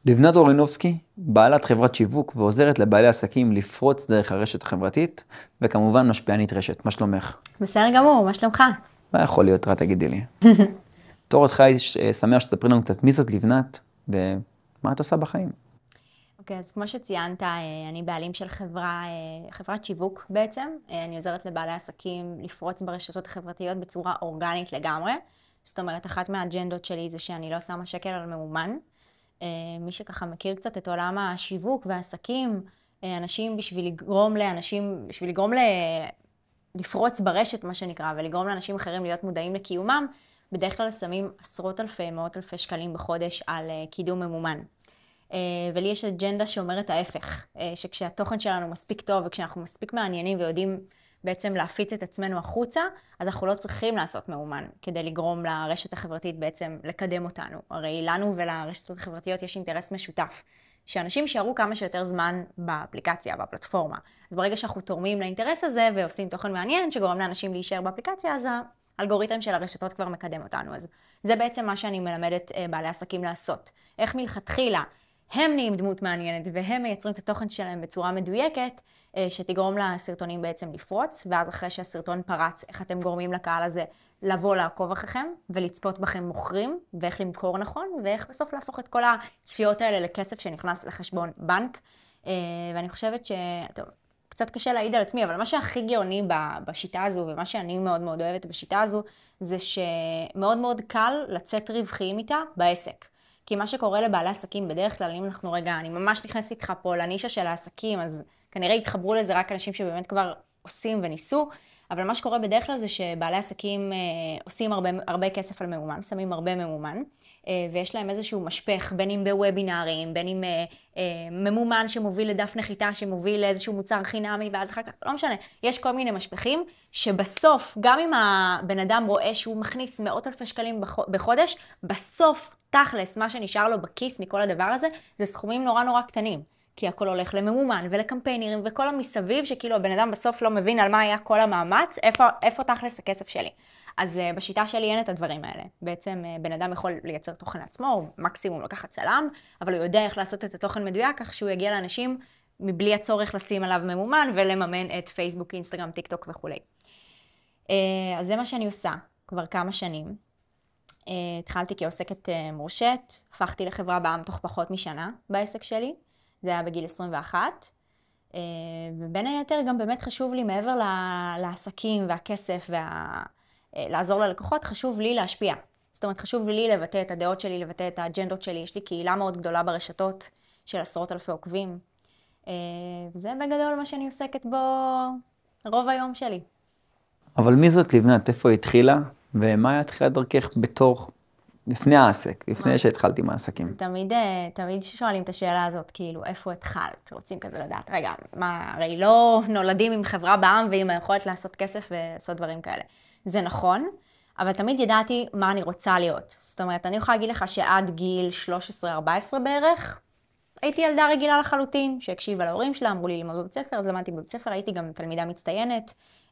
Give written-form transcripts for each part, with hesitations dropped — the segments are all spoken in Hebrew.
לבנת אורינובסקי, בעלת חברת שיווק ועוזרת לבעלי עסקים לפרוץ דרך הרשת החברתית, וכמובן משפיענית רשת. מה שלומך? בסדר גמור, מה שלומך? מה יכול להיות רע, תגידי לי? תור אותך הייתי שמח שתספרי לנו קצת מי זאת לבנת, ומה את עושה בחיים. אוקיי, אז כמו שציינת, אני בעלים של חברת שיווק בעצם. אני עוזרת לבעלי עסקים לפרוץ ברשתות החברתיות בצורה אורגנית לגמרי. זאת אומרת, אחת מהאג'נדות שלי זה שאני לא שמה שקל על ממומן. מי שככה מכיר קצת את עולם השיווק והעסקים, אנשים בשביל לגרום לפרוץ ברשת, מה שנקרא, ולגרום לאנשים אחרים להיות מודעים לקיומם, בדרך כלל שמים עשרות אלפי, מאות אלפי שקלים בחודש על קידום ממומן. ולי יש אג'נדה שאומרת ההפך, שכשהתוכן שלנו מספיק טוב וכשאנחנו מספיק מעניינים ויודעים בעצם להפיץ את עצמנו החוצה, אז אנחנו לא צריכים לעשות מאומן כדי לגרום לרשת החברתית בעצם לקדם אותנו. הרי לנו ולרשתות החברתיות יש אינטרס משותף, שאנשים יישארו כמה שיותר זמן באפליקציה, בפלטפורמה. אז ברגע שאנחנו תורמים לאינטרס הזה ועושים תוכן מעניין שגורם לאנשים להישאר באפליקציה, אז האלגוריתם של הרשתות כבר מקדם אותנו. אז זה בעצם מה שאני מלמדת בעלי עסקים לעשות. איך מלכתחילה הם נהיים דמות מעניינת והם מייצרים את התוכן שלהם בצורה מדויקת, שתגרום לסרטונים בעצם לפרוץ, ואז אחרי שהסרטון פרץ, איך אתם גורמים לקהל הזה לבוא לעקוב אחריכם ולצפות בכם מוכרים, ואיך למכור נכון, ואיך בסוף להפוך את כל הצפיות האלה לכסף שנכנס לחשבון בנק. ואני חושבת טוב, קצת קשה להעיד על עצמי, אבל מה שהכי גאוני בשיטה הזו, ומה שאני מאוד מאוד אוהבת בשיטה הזו, זה שמאוד מאוד קל לצאת רווחיים איתה בעסק. כי מה שקורה לבעלי עסקים בדרך כלל, אם אני ממש נכנסת איתך פה לנישה של העסקים, אז כנראה יתחברו לזה רק אנשים שבאמת כבר עושים וניסו, אבל מה שקורה בדרך כלל זה שבעלי עסקים עושים הרבה כסף על ממומן, שמים הרבה ממומן, ויש להם איזשהו משפך, בין אם בוובינארים, בין אם ממומן שמוביל לדף נחיתה, שמוביל לאיזשהו מוצר חינמי, ואז אחר כך, לא משנה, יש כל מיני משפכים, שבסוף, גם אם הבן אדם רואה שהוא מכניס מאות אלפי שקלים בחודש, בסוף, תכלס, מה שנשאר לו בכיס מכל הדבר הזה, זה סכומים נורא נורא קטנים. כי הכל הולך לממומן ולקמפיינירים וכל המסביב, שכאילו הבן אדם בסוף לא מבין על מה היה כל המאמץ, איפה תכלס הכסף שלי. אז בשיטה שלי אין את הדברים האלה. בעצם בן אדם יכול לייצר תוכן לעצמו, או מקסימום לקחת צלם, אבל הוא יודע איך לעשות את התוכן מדויק, כך שהוא יגיע לאנשים מבלי הצורך לשים עליו ממומן, ולממן את פייסבוק, אינסטגרם, טיק טוק וכו'. אז זה מה שאני עושה כבר כמה שנים. התחלתי כעוסקת מורשת, הפכתי לחברה בע"מ תוך פחות משנה בעסק שלי. זה היה בגיל 21, ובין היתר גם באמת חשוב לי מעבר לעסקים והכסף לעזור ללקוחות, חשוב לי להשפיע. זאת אומרת, חשוב לי לבטא את הדעות שלי, לבטא את האג'נדות שלי. יש לי קהילה מאוד גדולה ברשתות של עשרות אלפי עוקבים. וזה בגדול מה שאני עוסקת בו רוב היום שלי. אבל מי זאת לבנת? איפה היא התחילה? ומה היה תחילת דרכך בתור לפני העסק, לפני שהתחלתי עם העסקים? תמיד שואלים את השאלה הזאת, כאילו, איפה התחלת? רוצים כזה לדעת, רגע, הרי לא נולדים עם חברה בע"מ ועם היכולת לעשות כסף ולעשות דברים כאלה. זה נכון, אבל תמיד ידעתי מה אני רוצה להיות. זאת אומרת, אני יכולה להגיד לך שעד גיל 13-14 בערך, הייתי ילדה רגילה לחלוטין, שהקשיבה להורים שלה, אמרו לי ללמוד בבית ספר, אז למדתי בבית ספר, הייתי גם תלמידה מצטיינת.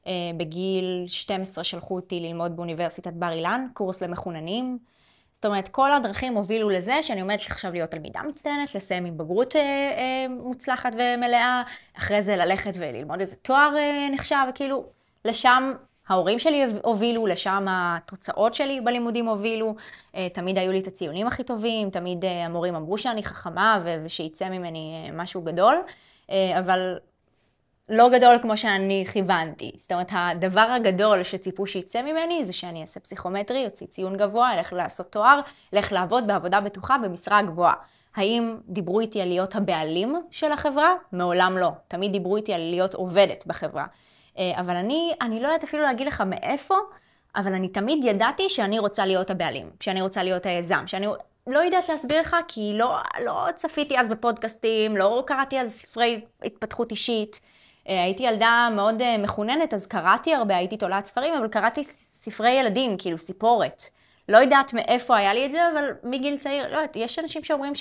בגיל 12 שלחו אותי ללמוד באוניברסיטת בר אילן, קורס למחוננים. זאת אומרת, כל הדרכים הובילו לזה שאני עומדת עכשיו להיות תלמידה מצטיינת, לסיים עם בגרות מוצלחת ומלאה, אחרי זה ללכת וללמוד איזה תואר נחשב, וכאילו לשם ההורים שלי הובילו, לשם התוצאות שלי בלימודים הובילו, תמיד היו לי את הציונים הכי טובים, תמיד המורים אמרו שאני חכמה ושיצא ממני משהו גדול, אבל לא גדול כמו שאני כיוונתי. זאת אומרת, הדבר הגדול שציפו שיצא ממני זה שאני אעשה פסיכומטרי, יוציא ציון גבוה, אלך לעשות תואר, אלך לעבוד בעבודה בטוחה במשרה גבוהה. האם דיברו איתי על להיות הבעלים של החברה? מעולם לא. תמיד דיברו איתי על להיות עובדת בחברה. אבל אני לא יודעת אפילו להגיד לך מאיפה, אבל אני תמיד ידעתי שאני רוצה להיות הבעלים, שאני רוצה להיות היזם, שאני לא יודעת להסביר לך, כי לא צפיתי אז בפודקאסטים, לא קראתי אז ספרי התפתחות אישית. הייתי ילדה מאוד מחוננת, אז קראתי הרבה, הייתי תולעת ספרים, אבל קראתי ספרי ילדים, כאילו סיפורת. לא יודעת מאיפה היה לי את זה, אבל מגיל צעיר, לא יודעת, יש אנשים שאומרים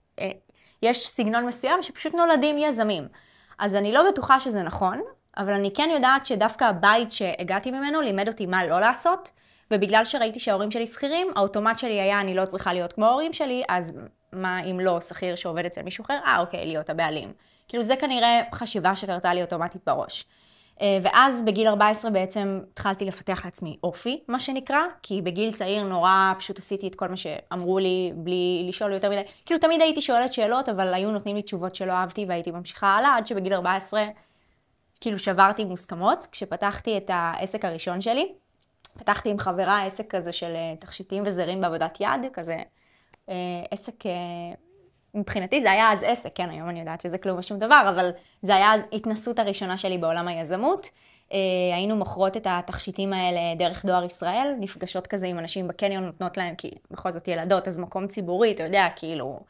שיש סגנון מסוים שפשוט נולדים יזמים. אז אני לא בטוחה שזה נכון, אבל אני כן יודעת שדווקא הבית שהגעתי ממנו לימד אותי מה לא לעשות, ובגלל שראיתי שההורים שלי שכירים, האוטומט שלי היה אני לא צריכה להיות כמו ההורים שלי, אז מה אם לא שכיר שעובד אצל מישהו אחר? אוקיי, להיות הבעלים. כאילו זה כנראה חשיבה שקרתה לי אוטומטית בראש. ואז בגיל 14 בעצם התחלתי לפתח לעצמי אופי, מה שנקרא, כי בגיל צעיר נורא פשוט עשיתי את כל מה שאמרו לי בלי לשאול יותר מדי. כאילו תמיד הייתי שואלת שאלות, אבל היו נותנים לי תשובות שלא אהבתי והייתי ממשיכה הלאה, עד שבגיל 14 כאילו שברתי מוסכמות. כשפתחתי את העסק הראשון שלי, פתחתי עם חברה עסק כזה של תכשיטים וזרים בעבודת יד, כזה עסק, מבחינתי זה היה אז עסק, כן, היום אני יודעת שזה כלום ושום דבר, אבל זה היה ההתנסות הראשונה שלי בעולם היזמות. היינו מוכרות את התכשיטים האלה דרך דואר ישראל, נפגשות כזה עם אנשים בקניון, נותנות להם, כי בכל זאת ילדות, אז מקום ציבורי, אתה יודע, כאילו.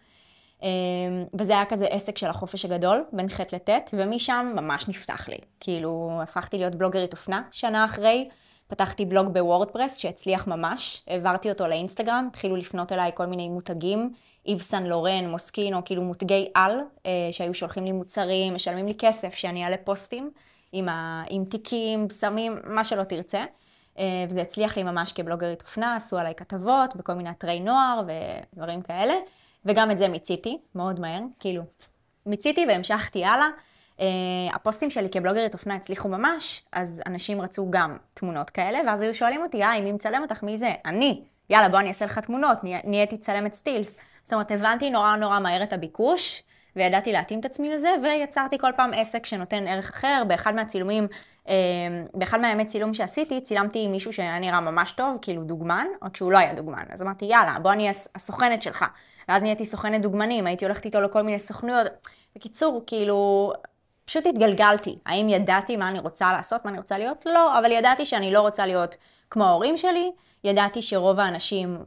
וזה היה כזה עסק של החופש הגדול, בין ח' לט', ומשם ממש נפתח לי. כאילו, הפכתי להיות בלוגרית אופנה שנה אחרי, פתחתי בלוג בוורדפרס שהצליח ממש, העברתי אותו לאינסטגרם, התחילו לפנות אליי כל מיני מותגים, איב סן לורן, מוסקינו, כאילו מותגי על, שהיו שולחים לי מוצרים, משלמים לי כסף שאני אעלה פוסטים עם תיקים, בשמים, מה שלא תרצה. וזה הצליח לי ממש כבלוגרית אופנה, עשו עליי כתבות בכל מיני אתרי נוער ודברים כאלה. וגם את זה מיציתי, מאוד מהר, כאילו, מיציתי והמשכתי הלאה. הפוסטים שלי כבלוגרית אופנה הצליחו ממש, אז אנשים רצו גם תמונות כאלה, ואז היו שואלים אותי, מי מצלם אותך, מי זה? אני. יאללה, בוא אני אעשה לך תמונות, נהייתי צלמת סטילס. זאת אומרת, הבנתי נורא מהר את הביקוש, וידעתי להתאים את עצמי לזה, ויצרתי כל פעם עסק שנותן ערך אחר. באחד מהצילומים, באחד מהימי צילום שעשיתי, צילמתי עם מישהו שהיה נראה ממש טוב, כאילו דוגמן, עוד שהוא לא היה דוגמן. אז אמרתי, יאללה, בוא אני אהיה הסוכנת שלך. ואז נהייתי סוכנת דוגמנים, הייתי הולכת איתו לכל מיני סוכנויות. בקיצור, כאילו, פשוט התגלגלתי. האם ידעתי מה אני רוצה לעשות, מה אני רוצה להיות? לא, אבל ידעתי שאני לא רוצה להיות כמו ההורים שלי. ידעתי שרוב האנשים,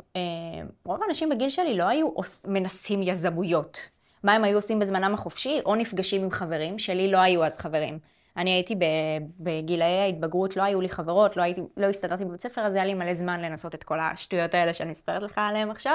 בגיל שלי לא היו מנסים יזמויות. מה הם היו עושים בזמנם החופשי? או נפגשים עם חברים, שלי לא היו אז חברים. אני הייתי בגילאי ההתבגרות, לא היו לי חברות, לא הסתדרתי בבית ספר, אז היה לי מלא זמן לנסות את כל השטויות האלה שאני מספרת לך עליהם עכשיו.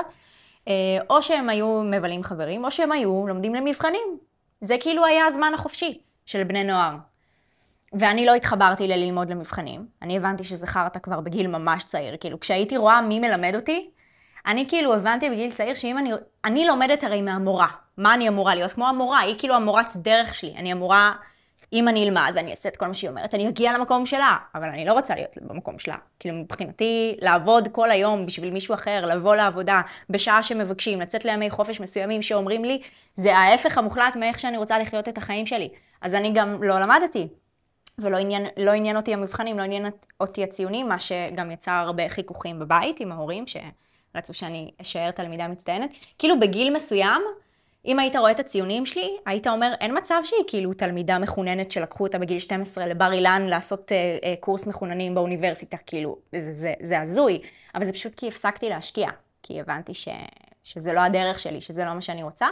או שהם היו מבלים חברים, או שהם היו לומדים למבחנים. זה כאילו היה הזמן החופשי של בני נוער. ואני לא התחברתי לללמוד למבחנים. אני הבנתי שזה חרטה כבר בגיל ממש צעיר. כאילו, כשהייתי רואה מי מלמד אותי, אני כאילו הבנתי בגיל צעיר שאם אני לומדת הרי מהמורה. מה אני אמורה להיות? כמו המורה, היא כאילו המורת דרך שלי. אני אמורה, אם אני אלמד ואני אעשה את כל מה שהיא אומרת, אני אגיע למקום שלה. אבל אני לא רוצה להיות במקום שלה. כאילו, מבחינתי, לעבוד כל היום בשביל מישהו אחר, לבוא לעבודה בשעה שמבקשים, לצאת לימי חופש מסוימים שאומרים לי, זה ההפך המוחלט מאיך שאני רוצה לחיות את החיים שלי. אז אני גם לא למדתי. ולא עניין אותי המבחנים, לא עניין אותי הציונים, מה שגם יצר הרבה חיכוכים בבית עם ההורים, שרצו שאני אשאר תלמידה מצטיינת. כאילו בגיל מסוים, אם היית רואה את הציונים שלי, היית אומר, אין מצב שהיא כאילו תלמידה מחוננת שלקחו אותה בגיל 12 לבר אילן לעשות קורס מחוננים באוניברסיטה, כאילו, זה הזוי. אבל זה פשוט כי הפסקתי להשקיע, כי הבנתי שזה לא הדרך שלי, שזה לא מה שאני רוצה.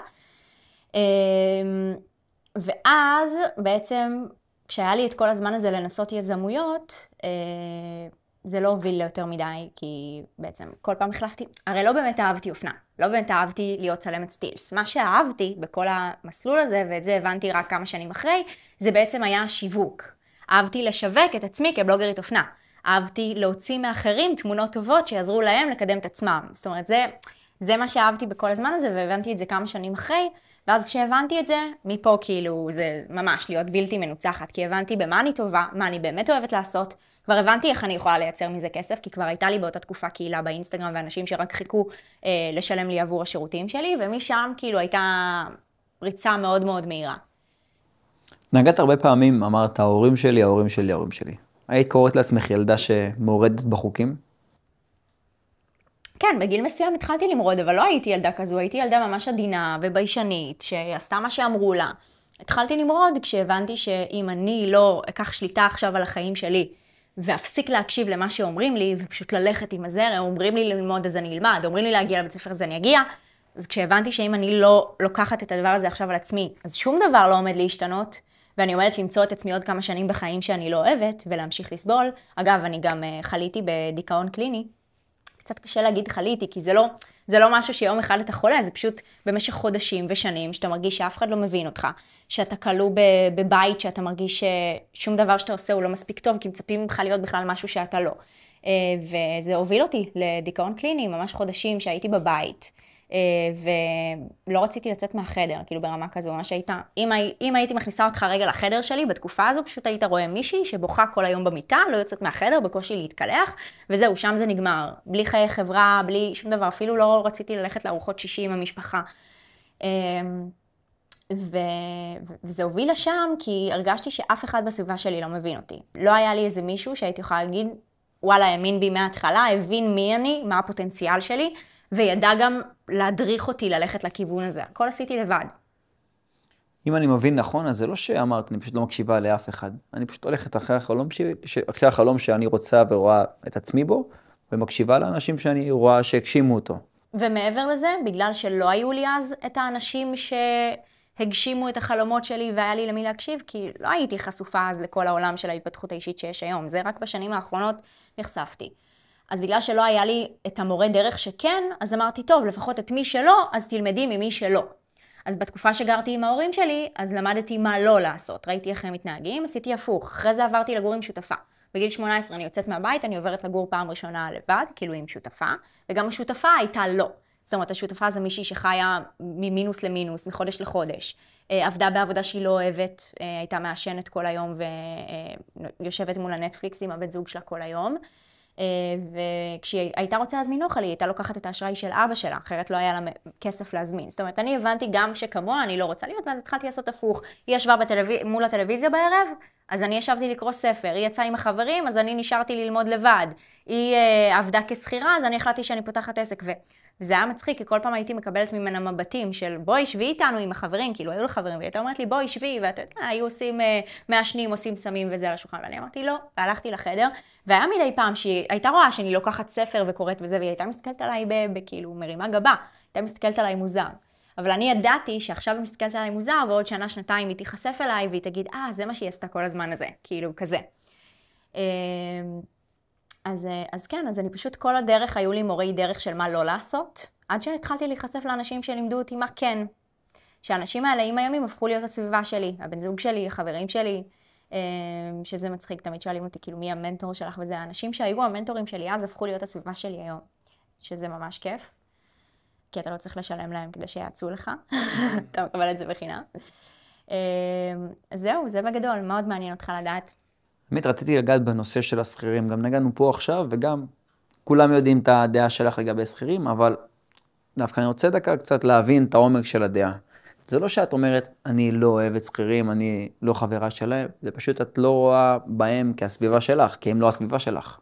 ואז בעצם, כשהיה לי את כל הזמן הזה לנסות יזמויות, זה לא הוביל ליותר מדי, כי בעצם כל פעם החלפתי, הרי לא באמת אהבתי אופנה, לא באמת אהבתי להיות צלמת סטילס. מה שאהבתי בכל המסלול הזה, ואת זה הבנתי רק כמה שנים אחרי, זה בעצם היה שיווק. אהבתי לשווק את עצמי כבלוגרית אופנה. אהבתי להוציא מאחרים תמונות טובות שיעזרו להם לקדם את עצמם. זאת אומרת, זה מה שאהבתי בכל הזמן הזה, והבנתי את זה כמה שנים אחרי, ואז כשהבנתי את זה, מפה כאילו זה ממש להיות בלתי מנוצחת, כי הבנתי במה אני טובה, מה אני באמת אוהבת לעשות, כבר הבנתי איך אני יכולה לייצר מזה כסף, כי כבר הייתה לי באותה תקופה קהילה באינסטגרם, ואנשים שרק חיכו לשלם לי עבור השירותים שלי, ומשם כאילו הייתה ריצה מאוד מאוד מהירה. נגעת הרבה פעמים, אמרת, ההורים שלי, ההורים שלי, ההורים שלי. היית קוראת לעצמך ילדה שמורדת בחוקים? כן, בגיל מסוים התחלתי למרוד, אבל לא הייתי ילדה כזו, הייתי ילדה ממש עדינה וביישנית, שעשתה מה שאמרו לה. התחלתי למרוד כשהבנתי שאם אני לא אקח שליטה עכשיו על החיים שלי, ואפסיק להקשיב למה שאומרים לי, ופשוט ללכת עם הזרם, אומרים לי ללמוד אז אני אלמד, אומרים לי להגיע לבית ספר אז אני אגיע, אז כשהבנתי שאם אני לא לוקחת את הדבר הזה עכשיו על עצמי, אז שום דבר לא עומד להשתנות, ואני עומדת למצוא את עצמי עוד כמה שנים בחיים שאני לא אוהבת, ולהמשיך לסבול. אגב, אני גם חליתי בדיכאון קליני, קצת קשה להגיד חליתי, כי זה לא משהו שיום אחד אתה חולה, זה פשוט במשך חודשים ושנים, שאתה מרגיש שאף אחד לא מבין אותך, שאתה כלוא בבית, שאתה מרגיש ששום דבר שאתה עושה הוא לא מספיק טוב, כי מצפים ממך להיות בכלל משהו שאתה לא. וזה הוביל אותי לדיכאון קליני, ממש חודשים שהייתי בבית, ולא רציתי לצאת מהחדר, כאילו ברמה כזו, ממש הייתה, אם הייתי מכניסה אותך רגע לחדר שלי, בתקופה הזו פשוט היית רואה מישהי שבוכה כל היום במיטה, לא יוצאת מהחדר, בקושי להתקלח, וזהו, שם זה נגמר. בלי חיי חברה, בלי שום דבר, אפילו לא רציתי ללכת לארוחות שישי עם המשפחה. וזה הוביל לשם כי הרגשתי שאף אחד בסביבה שלי לא מבין אותי. לא היה לי איזה מישהו שהייתי יכולה להגיד, וואלה, האמין בי מההתחלה, הבין מי אני, מה הפוטנציאל שלי, וידע גם להדריך אותי ללכת לכיוון הזה. הכל עשיתי לבד. אם אני מבין נכון, אז זה לא שאמרת, אני פשוט לא מקשיבה לאף אחד. אני פשוט הולכת אחרי החלום שאני רוצה ורואה את עצמי בו, ומקשיבה לאנשים שאני רואה שהגשימו אותו. ומעבר לזה, בגלל שלא היו לי אז את האנשים שהגשימו את החלומות שלי והיה לי למי להקשיב, כי לא הייתי חשופה אז לכל העולם של ההתפתחות האישית שיש היום. זה רק בשנים האחרונות נחשפתי. אז בגלל שלא היה לי את המורה דרך שכן, אז אמרתי, טוב, לפחות את מי שלא, אז תלמדי ממי שלא. אז בתקופה שגרתי עם ההורים שלי, אז למדתי מה לא לעשות. ראיתי איך הם מתנהגים, עשיתי הפוך. אחרי זה עברתי לגור עם שותפה. בגיל 18 אני יוצאת מהבית, אני עוברת לגור פעם ראשונה לבד, כאילו עם שותפה, וגם השותפה הייתה לא. זאת אומרת, השותפה זה מישהי שחיה ממינוס למינוס, מחודש לחודש. עבדה בעבודה שהיא לא אוהבת, הייתה מעשנת כל היום ויושבת מול הנטפליקס עם הבן זוג שלה כל היום. וכשהיא הייתה רוצה להזמין אוכל, היא הייתה לוקחת את האשראי של אבא שלה, אחרת לא היה לה כסף להזמין. זאת אומרת, אני הבנתי גם שכמוה אני לא רוצה להיות, ואז התחלתי לעשות הפוך. היא ישבה מול הטלוויזיה בערב, אז אני ישבתי לקרוא ספר. היא יצאה עם החברים, אז אני נשארתי ללמוד לבד. היא עבדה כשכירה, אז אני החלטתי שאני פותחת עסק. וזה היה מצחיק, כי כל פעם הייתי מקבלת ממנה מבטים של בואי שבי איתנו עם החברים, כאילו היו לה חברים, והיא הייתה אומרת לי בואי שבי, היו עושים מעשנים, עושים סמים וזה על השולחן, ואני אמרתי לא, והלכתי לחדר, והיה מדי פעם שהיא הייתה רואה שאני לוקחת ספר וקוראת וזה, והיא הייתה מסתכלת עליי בכאילו מרימה גבה, הייתה מסתכלת עליי מוזר. אבל אני ידעתי שעכשיו היא מסתכלת עליי מוזר, ועוד שנה, שנתיים היא תיחשף אליי, והיא תגיד, זה מה שהיא עשתה כל הזמן הזה, כאילו כזה. אז כן, אז אני פשוט כל הדרך היו לי מורי דרך של מה לא לעשות, עד שהתחלתי להיחשף לאנשים שלימדו אותי מה כן. שהאנשים האלה עם הימים הפכו להיות הסביבה שלי, הבן זוג שלי, החברים שלי, שזה מצחיק, תמיד שואלים אותי כאילו מי המנטור שלך וזה, האנשים שהיו המנטורים שלי אז הפכו להיות הסביבה שלי היום, שזה ממש כיף, כי אתה לא צריך לשלם להם כדי שיעצו לך, אתה מקבל את זה בחינם. אז זהו, זה בגדול, מאוד מעניין אותך לדעת. באמת רציתי לגעת בנושא של השכירים, גם נגענו פה עכשיו וגם כולם יודעים את הדעה שלך לגבי שכירים, אבל דווקא אני רוצה דקה קצת להבין את העומק של הדעה. זה לא שאת אומרת, אני לא אוהבת שכירים, אני לא חברה שלהם, זה פשוט את לא רואה בהם כהסביבה שלך, כי הם לא הסביבה שלך.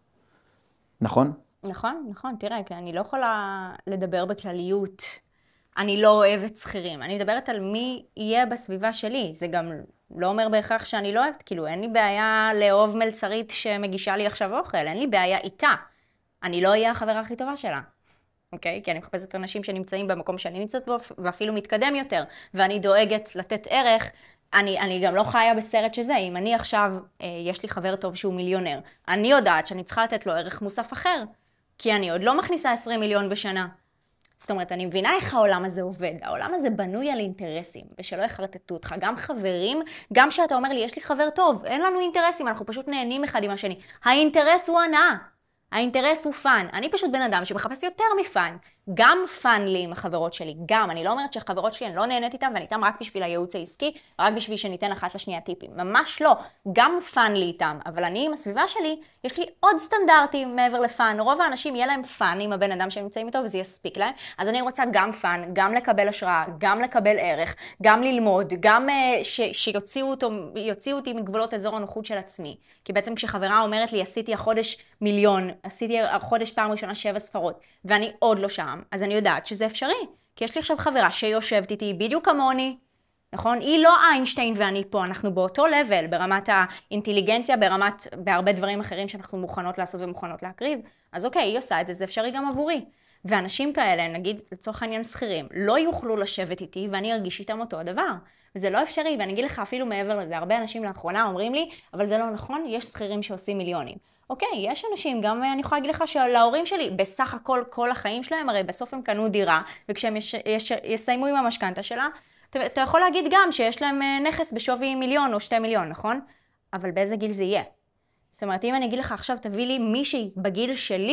נכון? נכון, נכון, תראה, כי אני לא יכולה לדבר בכלליות, אני לא אוהבת שכירים. אני מדברת על מי יהיה בסביבה שלי, זה גם לא אומר בהכרח שאני לא אוהבת, כאילו אין לי בעיה לאהוב מלצרית שמגישה לי עכשיו אוכל, אין לי בעיה איתה. אני לא אהיה החברה הכי טובה שלה. אוקיי? כי אני מחפשת אנשים שנמצאים במקום שאני נמצאת בו, ואפילו מתקדם יותר, ואני דואגת לתת ערך. אני גם לא חיה בסרט שזה, אם אני עכשיו, יש לי חבר טוב שהוא מיליונר, אני יודעת שאני צריכה לתת לו ערך מוסף אחר, כי אני עוד לא מכניסה 20 מיליון בשנה. זאת אומרת, אני מבינה איך העולם הזה עובד. העולם הזה בנוי על אינטרסים, ושלא יחרטטו אותך. גם חברים, גם שאתה אומר לי, יש לי חבר טוב, אין לנו אינטרסים, אנחנו פשוט נהנים אחד עם השני. האינטרס הוא הנאה. האינטרס הוא פן. אני פשוט בן אדם שמחפש יותר מפן. גם פן לי עם החברות שלי. גם, אני לא אומרת שחברות שלי, אני לא נהנית איתם, ואני איתם רק בשביל הייעוץ העסקי, רק בשביל שניתן אחת לשנייה טיפים. ממש לא. גם פן לי איתם. אבל אני עם הסביבה שלי, יש לי עוד סטנדרטים מעבר לפן. רוב האנשים יהיה להם פן עם הבן אדם שהם נמצאים איתו, וזה יספיק להם. אז אני רוצה גם פן, גם לקבל השראה, גם לקבל ערך, גם ללמוד, גם שיוציאו אותי מגבולות אזור הנוחות של עצמי. כי בעצם כשחברה אומרת לי, עשיתי החודש מיליון, עשיתי החודש פעם ראשונה 7 ספרות, ואני עוד לא שם, אז אני יודעת שזה אפשרי. כי יש לי עכשיו חברה שיושבת איתי בדיוק כמוני, נכון? היא לא איינשטיין ואני פה, אנחנו באותו לבל, ברמת האינטליגנציה, בהרבה דברים אחרים שאנחנו מוכנות לעשות ומוכנות להקריב. אז אוקיי, היא עושה את זה, זה אפשרי גם עבורי. ואנשים כאלה, נגיד לצורך העניין שכירים, לא יוכלו לשבת איתי ואני ארגיש איתם אותו הדבר. וזה לא אפשרי, ואני אגיד לך אפילו מעבר לזה, הרבה אנשים לאחרונה אומרים לי, אבל זה לא נכון, יש שכירים שעושים מיליונים. אוקיי, יש אנשים, גם אני יכולה להגיד לך שלהורים שלי, בסך הכל כל החיים שלהם, הרי בסוף הם קנו דירה, וכשהם יסיימו עם המשכנתה שלה, אתה יכול להגיד גם שיש להם נכס בשווי 1,000,000 או 2 מיליון, נכון? אבל באיזה גיל זה יהיה? זאת אומרת, אם אני אגיד לך עכשיו, תביא לי מישהי בגיל שלי,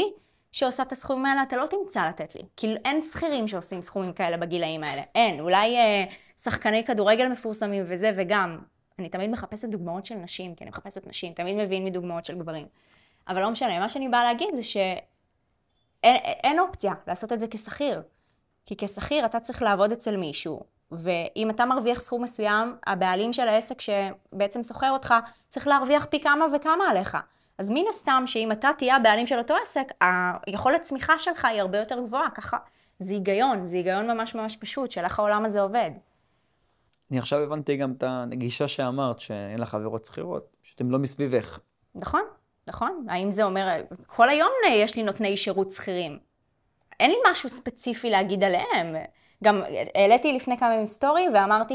שעושה את הסכומים האלה, אתה לא תמצא לתת לי. כי אין שכירים שעושים סכומים כאלה בגילאים האלה. אין. אולי שחקני כדורגל מפורסמים וזה, וגם, אני תמיד מחפשת דוגמאות של נשים, כי אני מחפשת נשים, תמיד מבין מדוגמאות של גברים. אבל לא משנה, מה שאני באה להגיד זה שאין אופציה לעשות את זה כשכיר. כי כשכיר אתה צריך לעבוד אצל מישהו, ואם אתה מרוויח סכום מסוים, הבעלים של העסק שבעצם סוחר אותך, צריך להרוויח פי כמה וכמה עליך. אז מן הסתם שאם אתה תהיה הבעלים של אותו עסק, היכולת צמיחה שלך היא הרבה יותר גבוהה, ככה זה היגיון ממש ממש פשוט, של איך העולם הזה עובד. אני עכשיו הבנתי גם את הגישה שאמרת, שאין לך חברות שכירות, שאתם לא מסביבך. נכון, נכון. האם זה אומר, כל היום יש לי נותני שירות שכירים. אין לי משהו ספציפי להגיד עליהם. גם העליתי לפני כמה ימים סטורי ואמרתי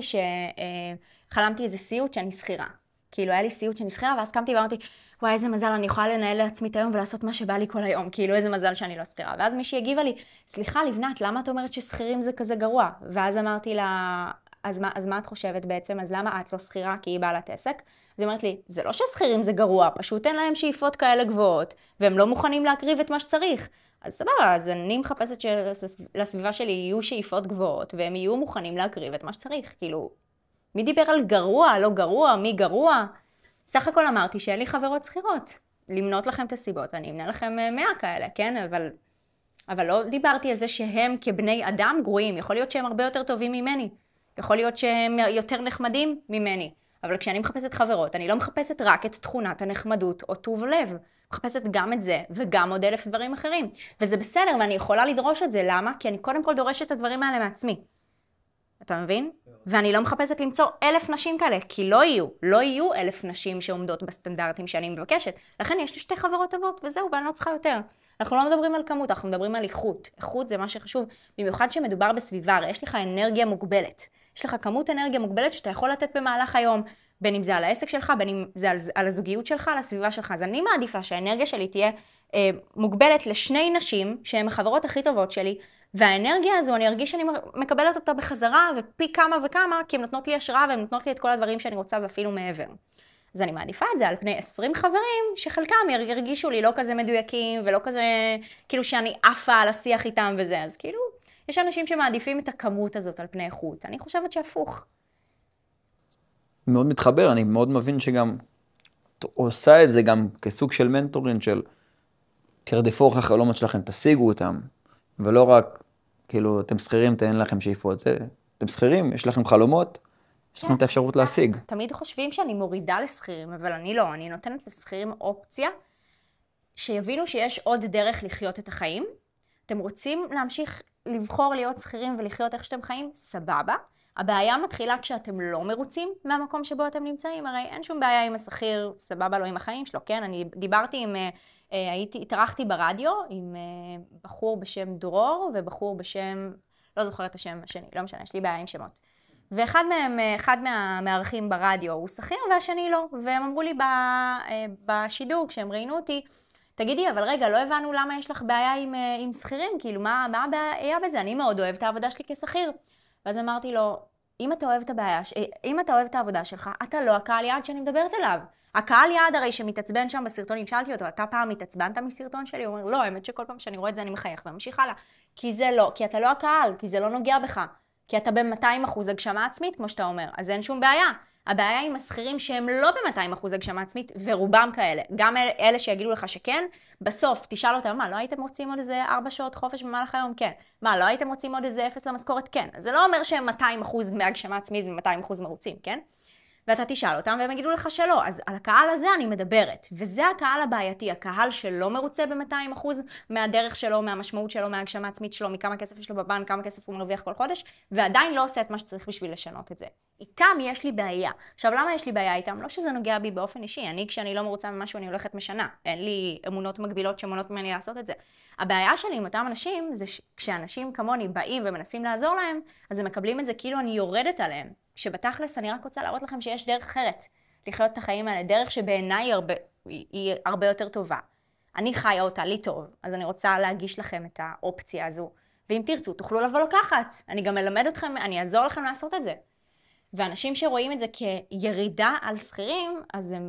שחלמתי איזה סיוט שאני שכירה. כאילו היה לי סיוט שאני שכירה ואז קמתי ואמרתי, וואי איזה מזל, אני יכולה לנהל לעצמי את היום ולעשות מה שבא לי כל היום. כאילו איזה מזל שאני לא שכירה. ואז מישהי הגיבה לי, סליחה לבנת, למה את אומרת ששכירים זה כזה גרוע? ואז אמרתי לה, אז מה את חושבת בעצם? אז למה את לא שכירה כי היא בעלת עסק? אז היא אומרת לי, זה לא ששכירים זה גרוע, פשוט אין להם שאיפות כאלה גבוהות, והם לא מוכנים להקריב את מה שצריך. אז סבבה, אז אני מחפשת שלסביבה שלי יהיו שאיפות גבוהות, והם יהיו מוכנים להקריב את מה שצריך. כאילו, מי דיבר על גרוע, לא גרוע, מי גרוע? סך הכל אמרתי שאין לי חברות שכירות. למנות לכם את הסיבות, אני אמנה לכם 100 כאלה, כן? אבל לא דיברתי על זה שהם כבני אדם גרועים. יכול להיות שהם הרבה יותר טובים ממני. יכול להיות שהם יותר נחמדים ממני. אבל כשאני מחפשת חברות, אני לא מחפשת רק את תכונת הנחמדות או טוב לב. מחפשת גם את זה וגם עוד 1000 דברים אחרים. וזה בסדר, ואני יכולה לדרוש את זה. למה? כי אני קודם כל דורשת את הדברים האלה מעצמי. אתה מבין? ואני לא מחפשת למצוא 1000 נשים כאלה, כי לא יהיו 1000 נשים שעומדות בסטנדרטים שאני מבקשת. לכן יש לי 2 חברות טובות, וזהו, ואני לא צריכה יותר. אנחנו לא מדברים על כמות, אנחנו מדברים על איכות. איכות זה מה שחשוב, במיוחד שמדובר בסביבה, הרי יש לך אנרגיה מוגבלת. יש לך כמות אנרגיה מוגבלת שאתה יכול לתת במהלך היום, בין אם זה על העסק שלך, בין אם זה על הזוגיות שלך, על הסביבה שלך. אז אני מעדיפה שהאנרגיה שלי תהיה מוגבלת לשני נשים, שהן החברות הכי טובות שלי, והאנרגיה הזו, אני ארגיש שאני מקבלת אותה בחזרה, ופי כמה וכמה, כי הן נותנות לי השראה, והן נותנות לי את כל הדברים שאני רוצה, ואפילו מעבר. אז אני מעדיפה את זה על פני 20 חברים, שחלקם ירגישו לי לא כזה מדויקים, ולא כזה, כאילו שאני עפה על השיח איתם וזה. אז כאילו, יש אנשים שמעדיפים את הכמות הזאת על פני איכות. אני חושבת שהפוך. מאוד מתחבר, אני מאוד מבין שגם עושה את זה גם כסוג של מנטורין של תרדפו אחרי החלומות שלכם, תשיגו אותם, ולא רק, כאילו, אתם שכירים, תן לכם שאיפות, זה, אתם שכירים, יש לכם חלומות, יש לכם את האפשרות להשיג. תמיד חושבים שאני מורידה לשכירים, אבל אני לא, אני נותנת לשכירים אופציה, שיבינו שיש עוד דרך לחיות את החיים. אתם רוצים להמשיך לבחור להיות שכירים ולחיות איך שאתם חיים? סבבה. הבעיה מתחילה כשאתם לא מרוצים מהמקום שבו אתם נמצאים, הרי אין שום בעיה עם השכיר, סבבה לו עם החיים שלו, כן? אני דיברתי עם, התארחתי ברדיו עם בחור בשם דרור ובחור בשם, לא זוכרת את השם השני, לא משנה, יש לי בעיה עם שמות. ואחד מהם, אחד מהמארחים ברדיו הוא שכיר והשני לא, והם אמרו לי בשידור כשהם ראינו אותי, תגידי, אבל רגע, לא הבנו למה יש לך בעיה עם שכירים, כאילו מה הבעיה בזה? אני מאוד אוהבת את העבודה שלי כשכיר. ואז אמרתי לו, אם אתה אוהב את העבודה שלך, אתה לא הקהל יעד שאני מדברת אליו. הקהל יעד הרי שמתעצבן שם בסרטונים, שאלתי אותו, אתה פעם מתעצבנת מסרטון שלי? הוא אומר, לא, האמת שכל פעם שאני רואה את זה אני מחייך וממשיך הלאה. כי זה לא, כי אתה לא הקהל, כי זה לא נוגע בך. כי אתה ב-200% הגשמה עצמית, כמו שאתה אומר, אז אין שום בעיה. הבעיה עם השכירים שהם לא ב-200% הגשמה עצמית, ורובם כאלה. גם אלה שיגידו לך שכן, בסוף תשאל אותם, מה, לא הייתם רוצים עוד איזה 4 שעות חופש במהלך היום? כן. מה, לא הייתם רוצים עוד איזה 0 למשכורת? כן. אז זה לא אומר שהם 200% מהגשמה עצמית ו-200% מרוצים, כן? ואתה תשאל אותם והם יגידו לך שלא, אז על הקהל הזה אני מדברת, וזה הקהל הבעייתי, הקהל שלא מרוצה ב-200% מהדרך שלו, מהמשמעות שלו, מהגשמה עצמית שלו, מכמה כסף יש לו בבנק, כמה כסף הוא מרוויח כל חודש, ועדיין לא עושה את מה שצריך בשביל לשנות את זה. איתם יש לי בעיה. עכשיו, למה יש לי בעיה איתם? לא שזה נוגע בי באופן אישי, כשאני לא מרוצה ממשהו אני הולכת משנה, אין לי אמונות מגבילות שמונות ממני לעשות את זה. הבעיה שלי עם אותם אנשים זה כשאנשים כמוני באים ומנסים לעזור להם, אז הם מקבלים את זה כאילו אני יורדת עליהם. שבתכלס אני רק רוצה להראות לכם שיש דרך אחרת לחיות את החיים האלה, דרך שבעיניי היא הרבה יותר טובה. אני חיה אותה לי טוב, אז אני רוצה להגיש לכם את האופציה הזו. ואם תרצו, תוכלו לבוא לקחת. אני גם אלמד אתכם, אני אעזור לכם לעשות את זה. ואנשים שרואים את זה כירידה על שכירים, אז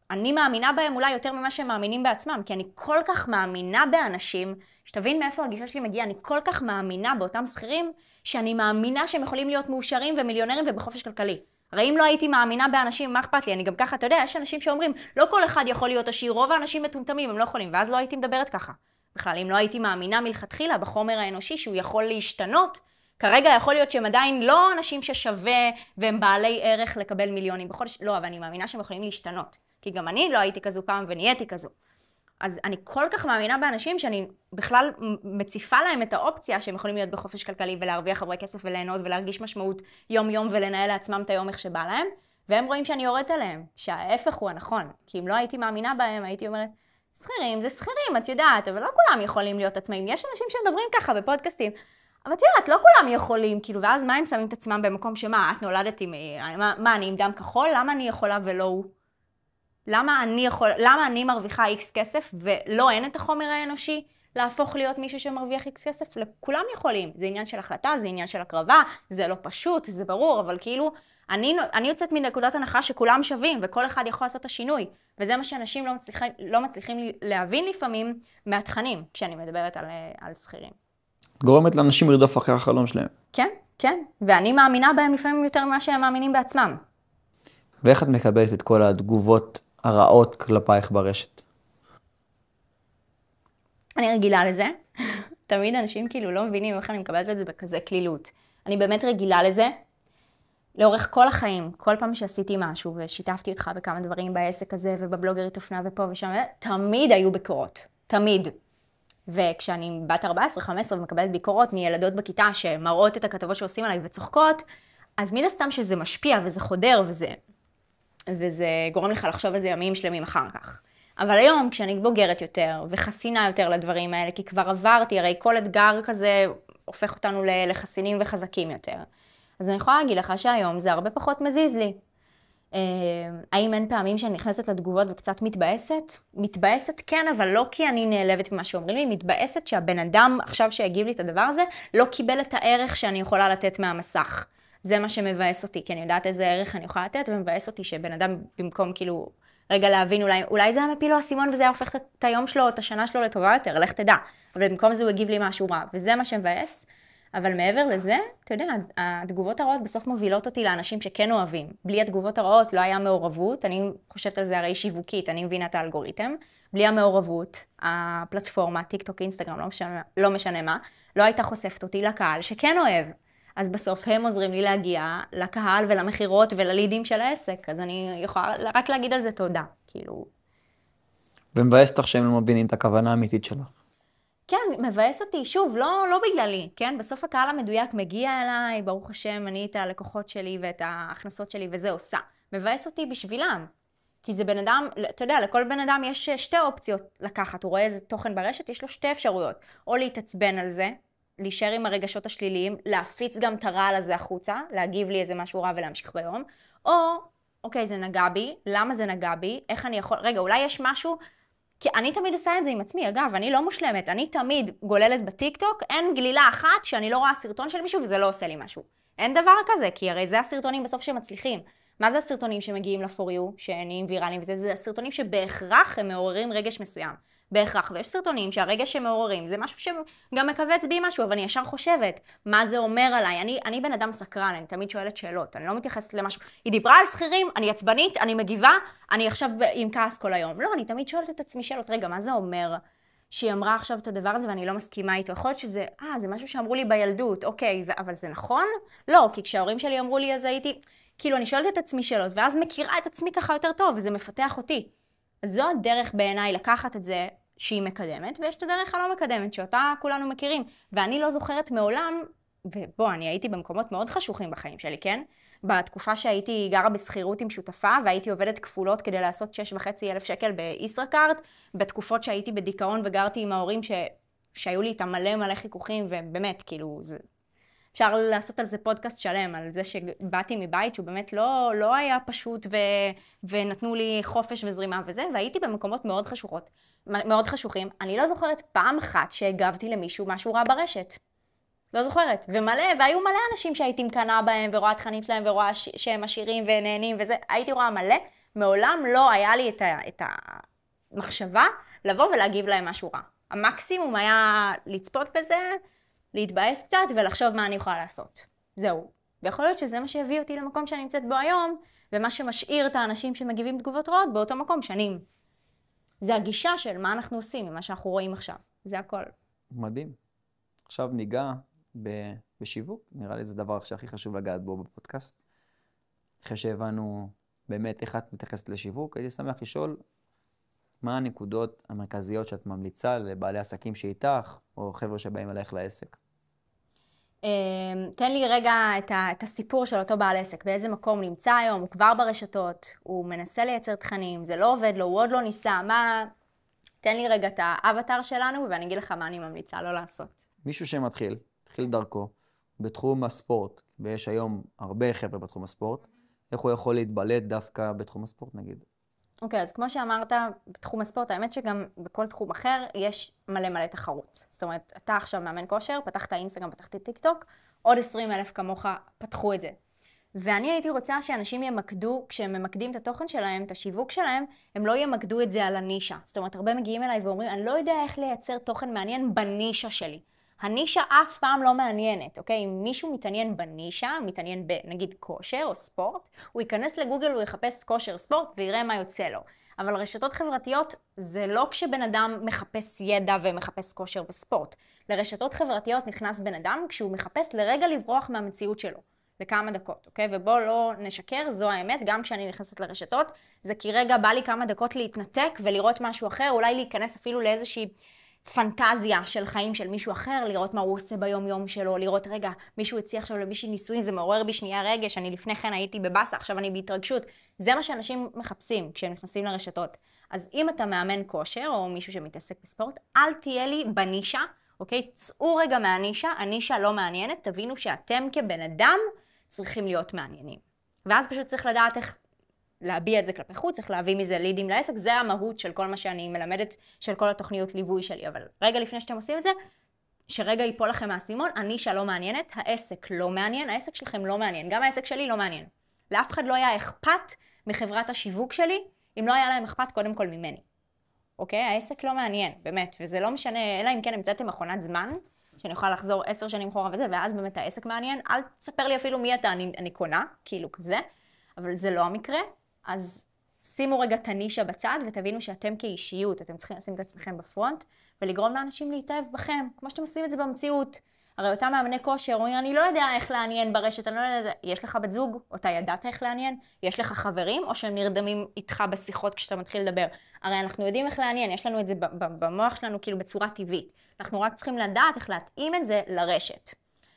אני מאמינה בהם אולי יותר ממה שהם מאמינים בעצמם, כי אני כל כך מאמינה באנשים, שתבין מאיפה הגישה שלי מגיעה, אני כל כך מאמינה באותם שכירים, שאני מאמינה שהם יכולים להיות מאושרים ומיליונרים ובחופש כלכלי. הרי אם לא הייתי מאמינה באנשים, מה אכפת לי? אני גם ככה, אתה יודע, יש אנשים שאומרים, לא כל אחד יכול להיות עשיר, רוב האנשים מטומטמים, הם לא יכולים, ואז לא הייתי מדברת ככה. בכלל, אם לא הייתי מאמינה מלכתחילה בחומר האנושי שהוא יכול להשתנות, כרגע יכול להיות שהם עדיין לא אנשים ששווה והם בעלי ערך לקבל מיליונים בחודש, לא, אבל אני מאמינה שהם יכולים להשתנות. כי גם אני לא הייתי כזו פעם ונהייתי כזו. אז אני כל כך מאמינה באנשים שאני בכלל מציפה להם את האופציה שהם יכולים להיות בחופש כלכלי ולהרוויח חברי כסף וליהנות ולהרגיש משמעות יום יום ולנהל לעצמם את היום איך שבא להם, והם רואים שאני יורדת עליהם, שההפך הוא הנכון. כי אם לא הייתי מאמינה בהם, הייתי אומרת, שכירים זה שכירים, את יודעת, אבל לא כולם יכולים להיות עצמאים. יש אנשים שמדברים ככה בפודקאסטים, אבל את יודעת, לא כולם יכולים, כאילו, ואז מה הם שמים את עצמם במקום שמה, את נולדת עם, מה, אני עם דם כחול? למה אני יכולה ולא הוא? למה אני מרוויחה X כסף ולא אין את החומר האנושי להפוך להיות מישהו שמרוויח X כסף? לכולם יכולים. זה עניין של החלטה, זה עניין של הקרבה, זה לא פשוט, זה ברור, אבל כאילו, אני יוצאת מנקודת הנחה שכולם שווים וכל אחד יכול לעשות את השינוי. וזה מה שאנשים לא מצליחים להבין לפעמים מהתכנים, כשאני מדברת על שכירים. גורמת לאנשים לרדוף אחרי החלום שלהם. כן, כן. ואני מאמינה בהם לפעמים יותר ממה שהם מאמינים בעצמם. ואיך את מקבלת את כל התגובות הרעות כלפייך ברשת? אני רגילה לזה. תמיד אנשים כאילו לא מבינים איך אני מקבלת את זה בכזה כלילות. אני באמת רגילה לזה. לאורך כל החיים, כל פעם שעשיתי משהו ושיתפתי אותך בכמה דברים בעסק הזה ובבלוגרית אופנה ופה ושם, תמיד היו ביקורות. תמיד. וכשאני בת 14-15 ומקבלת ביקורות מילדות בכיתה שמראות את הכתבות שעושים עליי וצוחקות, אז מן הסתם שזה משפיע וזה חודר וזה גורם לך לחשוב על זה ימים שלמים אחר כך. אבל היום כשאני בוגרת יותר וחסינה יותר לדברים האלה, כי כבר עברתי, הרי כל אתגר כזה הופך אותנו לחסינים וחזקים יותר. אז אני יכולה להגיד לך שהיום זה הרבה פחות מזיז לי. האם אין פעמים שאני נכנסת לתגובות וקצת מתבאסת? מתבאסת כן, אבל לא כי אני נעלבת ממה שאומרים לי, מתבאסת שהבן אדם עכשיו שהגיב לי את הדבר הזה, לא קיבל את הערך שאני יכולה לתת מהמסך. זה מה שמבאס אותי, כי אני יודעת איזה ערך אני יכולה לתת, ומבאס אותי שבן אדם במקום כאילו, רגע להבין, אולי זה היה מפיל לו הסימון וזה היה הופך את היום שלו, את השנה שלו לטובה יותר, לך תדע. אבל במקום זה הוא הגיב לי משהו רע, וזה מה שמבאס. אבל מעבר לזה, אתה יודע, התגובות הרעות בסוף מובילות אותי לאנשים שכן אוהבים. בלי התגובות הרעות לא היה מעורבות, אני חושבת על זה הרי שיווקית, אני מבינה את האלגוריתם. בלי המעורבות, הפלטפורמה, טיק טוק, אינסטגרם, לא משנה מה, לא הייתה חושפת אותי לקהל שכן אוהב. אז בסוף הם עוזרים לי להגיע לקהל ולמחירות וללידים של העסק. אז אני יכולה רק להגיד על זה תודה, כאילו. ומבאס אותך שהם לא מבינים את הכוונה האמיתית שלך. כן, מבאס אותי, שוב, לא בגללי, כן? בסוף הקהל המדויק מגיע אליי, ברוך השם, אני את הלקוחות שלי ואת ההכנסות שלי וזה עושה. מבאס אותי בשבילם. כי זה בן אדם, אתה יודע, לכל בן אדם יש שתי אופציות לקחת. הוא רואה איזה תוכן ברשת, יש לו שתי אפשרויות. או להתעצבן על זה, להישאר עם הרגשות השליליים, להפיץ גם את הרעל הזה החוצה, להגיב לי איזה משהו רע ולהמשיך ביום. או, אוקיי, זה נגע בי, למה זה נגע בי? איך אני יכול, רגע, אולי יש משהו, כי אני תמיד עושה את זה עם עצמי, אגב, אני לא מושלמת, אני תמיד גוללת בטיקטוק, אין גלילה אחת שאני לא רואה סרטון של מישהו וזה לא עושה לי משהו. אין דבר כזה, כי הרי זה הסרטונים בסוף שמצליחים. מה זה הסרטונים שמגיעים ל-for you, שנהיים ויראליים וזה? זה הסרטונים שבהכרח הם מעוררים רגש מסוים. בהכרח, ויש סרטונים שהרגש שמעוררים, זה משהו שגם מקבץ בי משהו, אבל אני ישר חושבת, מה זה אומר עליי? אני בן אדם סקרן, אני תמיד שואלת שאלות, אני לא מתייחסת למשהו. היא דיברה על שכירים, אני עצבנית, אני מגיבה, אני עכשיו עם כעס כל היום. לא, אני תמיד שואלת את עצמי שאלות, רגע, מה זה אומר שהיא אמרה עכשיו את הדבר הזה ואני לא מסכימה איתו? יכול להיות שזה, זה משהו שאמרו לי בילדות, אוקיי, אבל זה נכון? לא, כי כשההורים שלי אמרו לי אז הייתי, כאילו אני שואלת את עצמי שאלות, ואז מכירה את עצמי ככה יותר טוב, וזה מפתח אותי. אז זו הדרך בעיניי לקחת את זה שהיא מקדמת, ויש את הדרך הלא מקדמת, שאותה כולנו מכירים. ואני לא זוכרת מעולם, ובוא, אני הייתי במקומות מאוד חשוכים בחיים שלי, כן? בתקופה שהייתי גרה בסחירות עם שותפה, והייתי עובדת כפולות כדי לעשות 6,500 שקל בישראכרט, בתקופות שהייתי בדיכאון וגרתי עם ההורים שהיו לי איתם מלא חיכוכים, ובאמת, כאילו, אפשר לעשות על זה פודקאסט שלם, על זה שבאתי מבית שהוא באמת לא היה פשוט ונתנו לי חופש וזרימה וזה, והייתי במקומות מאוד חשוכים. אני לא זוכרת פעם אחת שהגבתי למישהו משהו רע ברשת. לא זוכרת. והיו מלא אנשים שהייתי מקנה בהם ורואה תכנים שלהם ורואה שהם עשירים ונהנים וזה, הייתי רואה מלא, מעולם לא היה לי את המחשבה לבוא ולהגיב להם משהו רע. המקסימום היה לצפות בזה, להתבאס קצת ולחשוב מה אני יכולה לעשות. זהו. ויכול להיות שזה מה שהביא אותי למקום שאני נמצאת בו היום, ומה שמשאיר את האנשים שמגיבים תגובות רעות באותו מקום שנים. זה הגישה של מה אנחנו עושים, ממה שאנחנו רואים עכשיו. זה הכל. מדהים. עכשיו ניגע בשיווק, נראה לי זה הדבר שהכי חשוב לגעת בו בפודקאסט. אחרי שהבנו באמת איך את מתייחסת לשיווק, הייתי שמח לשאול מה הנקודות המרכזיות שאת ממליצה לבעלי עסקים שאיתך, או חבר'ה שבאים אלייך לעסק. תן לי רגע את הסיפור של אותו בעל עסק, באיזה מקום נמצא היום, הוא כבר ברשתות, הוא מנסה לייצר תכנים, זה לא עובד לו, הוא עוד לא ניסה, תן לי רגע את האבטר שלנו, ואני אגיד לך מה אני ממליצה לא לעשות. מישהו שמתחיל דרכו בתחום הספורט, ויש היום הרבה חבר'ה בתחום הספורט, איך הוא יכול להתבלט דווקא בתחום הספורט נגיד? אוקיי, אז כמו שאמרת, בתחום הספורט, האמת שגם בכל תחום אחר יש מלא תחרות. זאת אומרת, אתה עכשיו מאמן כושר, פתחת אינסטגרם, פתחת טיק טוק, עוד 20,000 כמוך פתחו את זה. ואני הייתי רוצה שאנשים ימקדו, כשהם ממקדים את התוכן שלהם, את השיווק שלהם, הם לא ימקדו את זה על הנישה. זאת אומרת, הרבה מגיעים אליי ואומרים, אני לא יודע איך לייצר תוכן מעניין בנישה שלי. הנישה אף פעם לא מעניינת, אוקיי? אם מישהו מתעניין בנישה, מתעניין בנגיד כושר או ספורט, הוא ייכנס לגוגל, הוא יחפש כושר ספורט ויראה מה יוצא לו. אבל רשתות חברתיות זה לא כשבן אדם מחפש ידע ומחפש כושר וספורט. לרשתות חברתיות נכנס בן אדם כשהוא מחפש לרגע לברוח מהמציאות שלו. לכמה דקות, אוקיי? ובוא לא נשקר, זו האמת, גם כשאני נכנסת לרשתות, זה כי רגע בא לי כמה דקות להתנתק ולראות משהו אחר, אולי להיכנס אפילו לאיזושהי פנטזיה של חיים של מישהו אחר, לראות מה הוא עושה ביום יום שלו, לראות רגע, מישהו הציע עכשיו למישהי ניסויים, זה מעורר בי שנייה רגש, אני לפני כן הייתי בבאסה, עכשיו אני בהתרגשות. זה מה שאנשים מחפשים כשהם נכנסים לרשתות. אז אם אתה מאמן כושר או מישהו שמתעסק בספורט, אל תהיה לי בנישה, אוקיי? צאו רגע מהנישה, הנישה לא מעניינת, תבינו שאתם כבן אדם צריכים להיות מעניינים. ואז פשוט צריך לדעת איך להביע את זה כלפי חוץ, צריך להביא מזה לידים לעסק, זה המהות של כל מה שאני מלמדת, של כל התוכניות ליווי שלי. אבל רגע לפני שאתם עושים את זה, שרגע ייפול לכם מהסימון, הנישה לא מעניינת, העסק לא מעניין, העסק שלכם לא מעניין, גם העסק שלי לא מעניין. לאף אחד לא היה אכפת מחברת השיווק שלי, אם לא היה להם אכפת קודם כל ממני. אוקיי? העסק לא מעניין, באמת, וזה לא משנה, אלא אם כן המצאתם מכונת זמן, שאני יכולה לחזור 10 שנים אחורה וזה, ואז באמת העסק מעניין, אל תספר לי אפילו מי אתה, אני קונה, כאילו כזה, אבל זה לא המקרה. אז שימו רגע את הנישה בצד ותבינו שאתם כאישיות, אתם צריכים לשים את עצמכם בפרונט ולגרום לאנשים להתאהב בכם, כמו שאתם עושים את זה במציאות. הרי אותם מאמני כושר אומרים, אני לא יודע איך לעניין ברשת, אני לא יודע זה. יש לך בת זוג, אותה ידעת איך לעניין? יש לך חברים, או שהם נרדמים איתך בשיחות כשאתה מתחיל לדבר? הרי אנחנו יודעים איך לעניין, יש לנו את זה במוח שלנו כאילו בצורה טבעית. אנחנו רק צריכים לדעת איך להתאים את זה לרשת.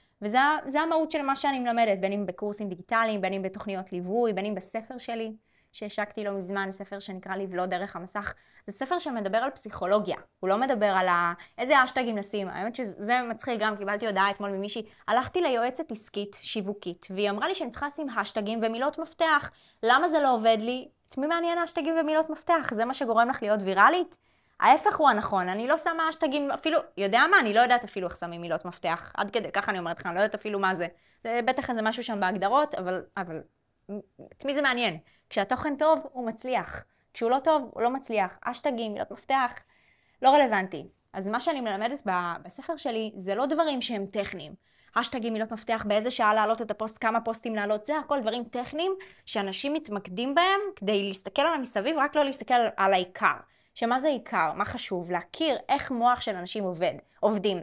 וזה המהות של מה שאני מלמדת, בין אם בקורסים דיגיטליים, בין אם בתוכניות ליווי, בין אם בספר שלי, שהשקתי לא מזמן, ספר שנקרא לבלוע דרך המסך. זה ספר שמדבר על פסיכולוגיה, הוא לא מדבר על איזה האשטגים נשים. האמת שזה מצחיק גם, קיבלתי הודעה אתמול ממישהי, הלכתי ליועצת עסקית, שיווקית, והיא אמרה לי שאני צריכה לשים האשטגים ומילות מפתח. למה זה לא עובד לי? את מי מעניין האשטגים ומילות מפתח? זה מה שגורם לך להיות ויראלית? ההפך הוא הנכון, אני לא שמה האשטגים, אפילו, יודע מה? אני לא יודעת אפילו איך שמים מילות מפתח. עד כדי, ככה אני אומרת לך, אני לא יודעת אפילו מה זה. זה בטח איזה משהו שם בהגדרות, אבל את מי זה מעניין? כשהתוכן טוב, הוא מצליח. כשהוא לא טוב, הוא לא מצליח. אשטגים, מילות מפתח, לא רלוונטי. אז מה שאני מלמדת בספר שלי, זה לא דברים שהם טכניים. אשטגים, מילות מפתח, באיזה שעה להעלות את הפוסט, כמה פוסטים להעלות, זה הכל דברים טכניים שאנשים מתמקדים בהם כדי להסתכל על המסביב, רק לא להסתכל על העיקר. שמה זה עיקר? מה חשוב? להכיר איך מוח של אנשים עובדים.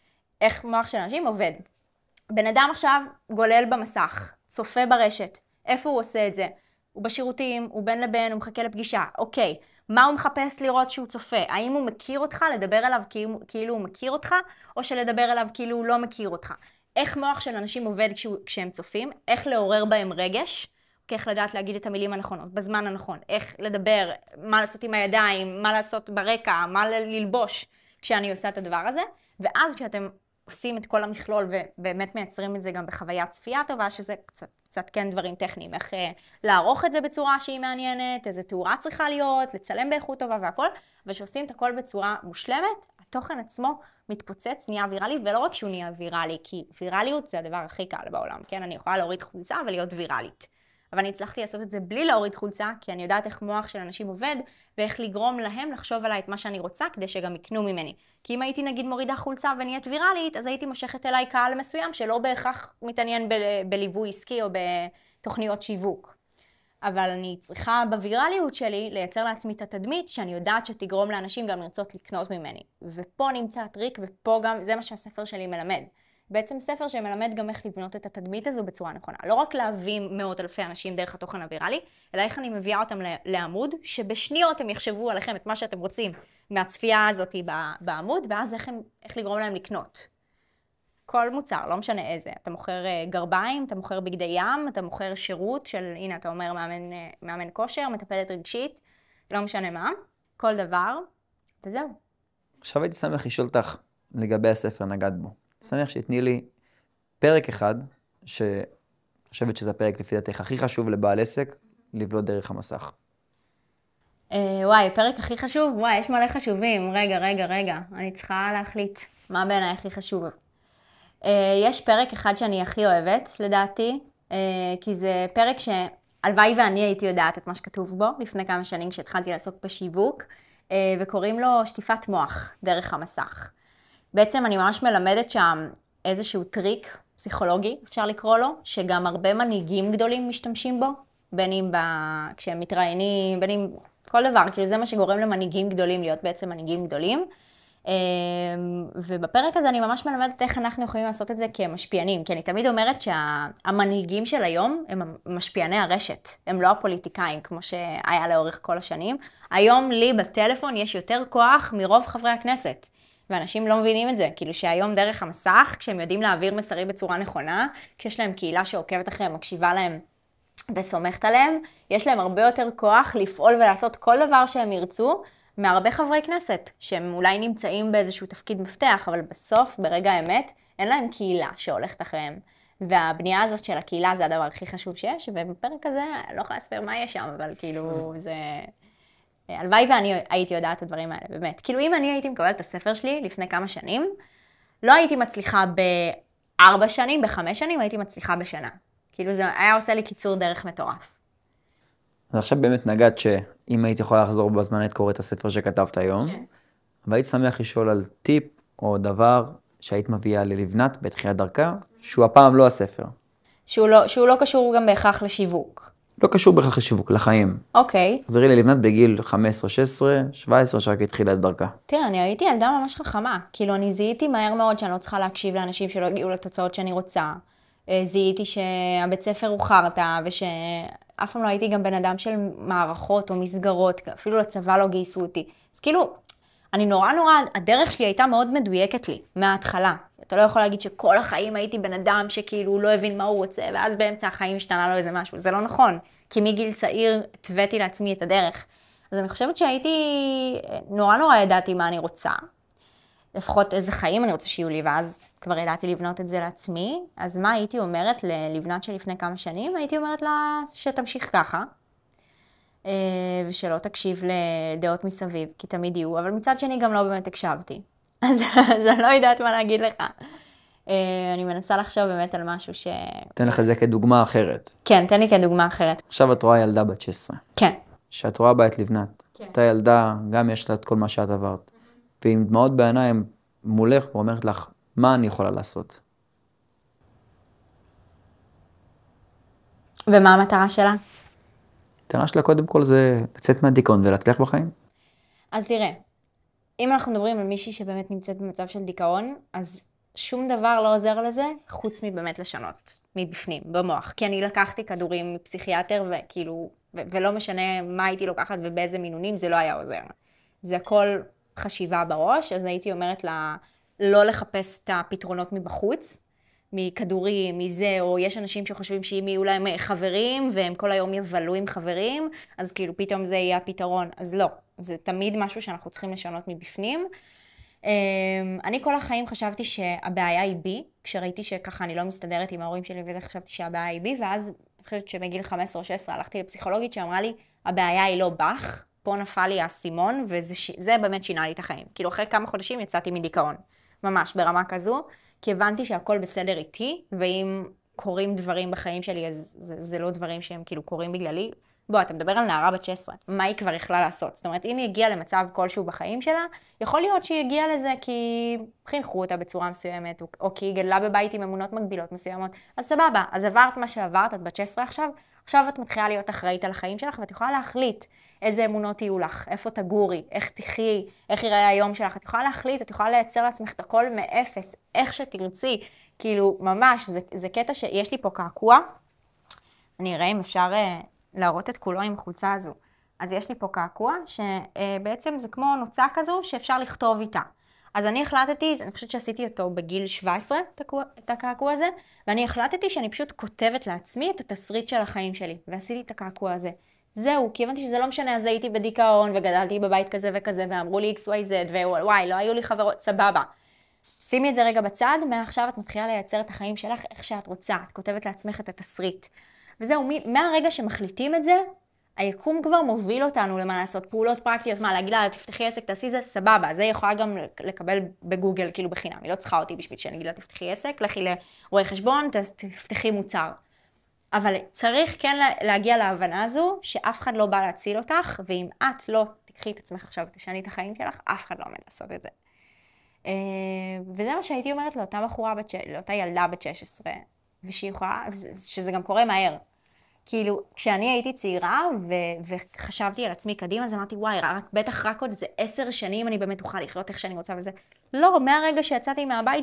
איך מוח של אנשים עובד. בן אדם עכשיו גולל במסך, צופה ברשת. איפה הוא עושה את זה? הוא בשירותים, הוא בין לבין, הוא מחכה לפגישה. אוקיי, מה הוא מחפש לראות שהוא צופה? האם הוא מכיר אותך, לדבר אליו כאילו הוא מכיר אותך, או שלדבר אליו כאילו הוא לא מכיר אותך? איך מוח של אנשים עובד כשהם צופים? איך לעורר בהם רגש? איך לדעת להגיד את המילים הנכונות, בזמן הנכון, איך לדבר, מה לעשות עם הידיים, מה לעשות ברקע, מה ללבוש כשאני עושה את הדבר הזה. ואז כשאתם עושים את כל המכלול ובאמת מייצרים את זה גם בחוויה צפייה טובה, שזה קצת כן דברים טכניים, איך לערוך את זה בצורה שהיא מעניינת, איזה תאורה צריכה להיות, לצלם באיכות טובה והכל, ושעושים את הכל בצורה מושלמת, התוכן עצמו מתפוצץ, נהיה ויראלי, ולא רק שהוא נהיה ויראלי, כי ויראליות זה הדבר הכי קל בעולם, כן? אני יכולה להוריד חולצה ולהיות ויראלית. אבל אני הצלחתי לעשות את זה בלי להוריד חולצה, כי אני יודעת איך מוח של אנשים עובד, ואיך לגרום להם לחשוב עליי את מה שאני רוצה, כדי שגם יקנו ממני. כי אם הייתי נגיד מורידה חולצה ונהיית ויראלית, אז הייתי מושכת אליי קהל מסוים, שלא בהכרח מתעניין בליווי עסקי או בתוכניות שיווק. אבל אני צריכה בווירליות שלי לייצר לעצמי את התדמית שאני יודעת שתגרום לאנשים גם לרצות לקנות ממני. ופה נמצא הטריק, ופה גם, זה מה שהספר שלי מלמד. בעצם ספר שמלמד גם איך לבנות את התדמית הזו בצורה נכונה. לא רק להביא מאות אלפי אנשים דרך התוכן הוויראלי, אלא איך אני מביאה אותם לעמוד, שבשניות הם יחשבו עליכם את מה שאתם רוצים מהצפייה הזאת בעמוד, ואז איך לגרום להם לקנות. כל מוצר, לא משנה איזה. אתה מוכר גרביים, אתה מוכר בגדי ים, אתה מוכר שירות של, הנה אתה אומר מאמן כושר, מטפלת רגשית, לא משנה מה, כל דבר, וזהו. עכשיו הייתי שמח לשאול אותך לגבי הספר נגעת בו. שמח שתתני לי פרק אחד, שחושבת שזה הפרק לפי דעתך הכי חשוב לבעל עסק, לבלוט דרך המסך. וואי, פרק הכי חשוב? וואי, יש מלא חשובים. רגע, אני צריכה להחליט מה בעיניי הכי חשוב. יש פרק אחד שאני הכי אוהבת, לדעתי, כי זה פרק שהלוואי ואני הייתי יודעת את מה שכתוב בו, לפני כמה שנים כשהתחלתי לעסוק בשיווק, וקוראים לו שטיפת מוח דרך המסך. בעצם אני ממש מלמדת שם איזשהו טריק פסיכולוגי, אפשר לקרוא לו, שגם הרבה מנהיגים גדולים משתמשים בו, בין אם כשהם מתראיינים, בין אם כל דבר, כאילו זה מה שגורם למנהיגים גדולים להיות בעצם מנהיגים גדולים. ובפרק הזה אני ממש מלמדת איך אנחנו יכולים לעשות את זה כמשפיענים, כי אני תמיד אומרת שהמנהיגים של היום הם משפיעני הרשת, הם לא הפוליטיקאים כמו שהיה לאורך כל השנים. היום לי בטלפון יש יותר כוח מרוב חברי הכנסת, ואנשים לא מבינים את זה, כאילו שהיום דרך המסך, כשהם יודעים להעביר מסרים בצורה נכונה, כשיש להם קהילה שעוקבת אחריהם, מקשיבה להם וסומכת עליהם, יש להם הרבה יותר כוח לפעול ולעשות כל דבר שהם ירצו, מהרבה חברי כנסת, שהם אולי נמצאים באיזשהו תפקיד מפתח, אבל בסוף, ברגע האמת, אין להם קהילה שהולכת אחריהם. והבנייה הזאת של הקהילה זה הדבר הכי חשוב שיש, ובפרק הזה לא יכולה להסביר מה יש שם, אבל כאילו זה... הלוואי ואני הייתי יודעת את הדברים האלה, באמת. כאילו אם אני הייתי מקבלת את הספר שלי לפני כמה שנים, לא הייתי מצליחה ב4 שנים, ב5 שנים, הייתי מצליחה בשנה. כאילו זה היה עושה לי קיצור דרך מטורף. אז עכשיו באמת נגעת שאם היית יכולה לחזור בזמן היית קורא את הספר שכתבת היום, כן. והיית שמח לשאול על טיפ או דבר שהיית מביאה ללבנת בתחילת דרכה, שהוא הפעם לא הספר. שהוא לא קשור גם בהכרח לשיווק. לא קשור בהכרח לשיווק, לחיים. אוקיי. חזרי ללבנת בגיל 15, 16, 17, שרק התחילה את דרכה. תראה, אני הייתי ילדה ממש חכמה. כאילו, אני זיהיתי מהר מאוד שאני לא צריכה להקשיב לאנשים שלא הגיעו לתוצאות שאני רוצה. זיהיתי שהבית ספר הוא חרטה, ושאף פעם לא הייתי גם בן אדם של מערכות או מסגרות, אפילו לצבא לא גייסו אותי. אז כאילו, אני נורא, הדרך שלי הייתה מאוד מדויקת לי, מההתחלה. אתה לא יכול להגיד שכל החיים הייתי בן אדם שכאילו לא הבין מה הוא רוצה, ואז באמצע החיים השתנה לו איזה משהו. זה לא נכון, כי מגיל צעיר התוויתי לעצמי את הדרך. אז אני חושבת שהייתי, נורא ידעתי מה אני רוצה. לפחות איזה חיים אני רוצה שיהיו לי, ואז כבר ידעתי לבנות את זה לעצמי. אז מה הייתי אומרת ללבנת שלפני כמה שנים? הייתי אומרת לה שתמשיך ככה, ושלא תקשיב לדעות מסביב, כי תמיד יהיו, אבל מצד שני גם לא באמת הקשבתי. אז אני לא יודעת מה להגיד לך. אני מנסה לחשוב באמת על משהו תן לך את זה כדוגמה אחרת. כן, תן לי כדוגמה אחרת. עכשיו את רואה ילדה בת 16. כן. שאת רואה בה את לבנת. כן. אותה ילדה, גם יש לה את כל מה שאת עברת. ועם דמעות בעיניים מולך ואומרת לך, מה אני יכולה לעשות? ומה המטרה שלה? המטרה שלה קודם כל זה לצאת מהדיכאון ולהצליח בחיים. אז תראה, אם אנחנו מדברים על מישהי שבאמת נמצאת במצב של דיכאון, אז שום דבר לא עוזר לזה, חוץ מבאמת לשנות, מבפנים, במוח. כי אני לקחתי כדורים מפסיכיאטר, וכאילו, ולא משנה מה הייתי לוקחת ובאיזה מינונים, זה לא היה עוזר. זה הכל חשיבה בראש, אז הייתי אומרת לה, לא לחפש את הפתרונות מבחוץ, מכדורים, מזה, או יש אנשים שחושבים שאם יהיו להם חברים, והם כל היום יבלו עם חברים, אז כאילו פתאום זה יהיה הפתרון. אז לא, זה תמיד משהו שאנחנו צריכים לשנות מבפנים. אני כל החיים חשבתי שהבעיה היא בי, כשראיתי שככה אני לא מסתדרת עם ההורים שלי, וזה חשבתי שהבעיה היא בי, ואז אני חושבת שבגיל 15 או 16 הלכתי לפסיכולוגית שאמרה לי, הבעיה היא לא בך, פה נפל לי האסימון, וזה באמת שינה לי את החיים. כאילו אחרי כמה חודשים יצאתי מדיכאון, ממש ברמה כזו, כי הבנתי שהכל בסדר איתי, ואם קורים דברים בחיים שלי, אז זה לא דברים שהם כאילו קורים בגללי. בוא, אתה מדבר על נערה בת 16, מה היא כבר יכלה לעשות? זאת אומרת, אם היא הגיעה למצב כלשהו בחיים שלה, יכול להיות שהיא הגיעה לזה כי חינכו אותה בצורה מסוימת, או כי היא גדלה בבית עם אמונות מגבילות מסוימות. אז סבבה, אז עברת מה שעברת, את בת 16 עכשיו, עכשיו את מתחילה להיות אחראית על החיים שלך, ואת יכולה להחליט איזה אמונות יהיו לך, איפה תגורי, איך תחיי, איך יראה היום שלך. את יכולה להחליט, את יכולה לייצר לעצמך את הכל מאפס, איך שתרצי. כאילו, ממש, זה קטע שיש לי פה קעקוע. אני אראה אם אפשר להראות את כולו עם החולצה הזו. אז יש לי פה קעקוע, שבעצם זה כמו נוצה כזו שאפשר לכתוב איתה. אז אני החלטתי, אני חושבת שעשיתי אותו בגיל 17, את הקעקוע הזה, ואני החלטתי שאני פשוט כותבת לעצמי את התסריט של החיים שלי, ועשיתי את הקעקוע הזה. זהו, כי הבנתי שזה לא משנה, אז הייתי בדיכאון, וגדלתי בבית כזה וכזה, ואמרו לי XYZ, ווואי, לא היו לי חברות, סבבה. שימי את זה רגע בצד, מעכשיו את מתחילה לייצר את החיים שלך איך שאת רוצה, את כותבת לעצמך את התסריט. וזהו, מהרגע שמחליטים את זה, היקום כבר מוביל אותנו למה לעשות, פעולות פרקטיות, מה להגיד לה, תפתחי עסק, תעשי זה, סבבה, זה יכולה גם לקבל בגוגל כאילו בחינם, היא לא צריכה אותי בשביל שאני אגיד לה, תפתחי עסק, לכי לרואי חשבון, תפתחי מוצר. אבל צריך כן להגיע להבנה הזו, שאף אחד לא בא להציל אותך, ואם את לא תקחי את עצמך עכשיו ותשני את החיים שלך, אף אחד לא עומד לעשות את זה. וזה מה שהייתי אומרת לאותה בחורה, לאותה ילדה בת 16, ושהיא יכולה, שזה גם קורה מהר. כאילו, כשאני הייתי צעירה וחשבתי על עצמי קדימה, אז אמרתי, וואי, בטח רק עוד איזה 10 שנים אני באמת אוכל לחיות איך שאני רוצה וזה. לא, מהרגע שיצאתי מהבית,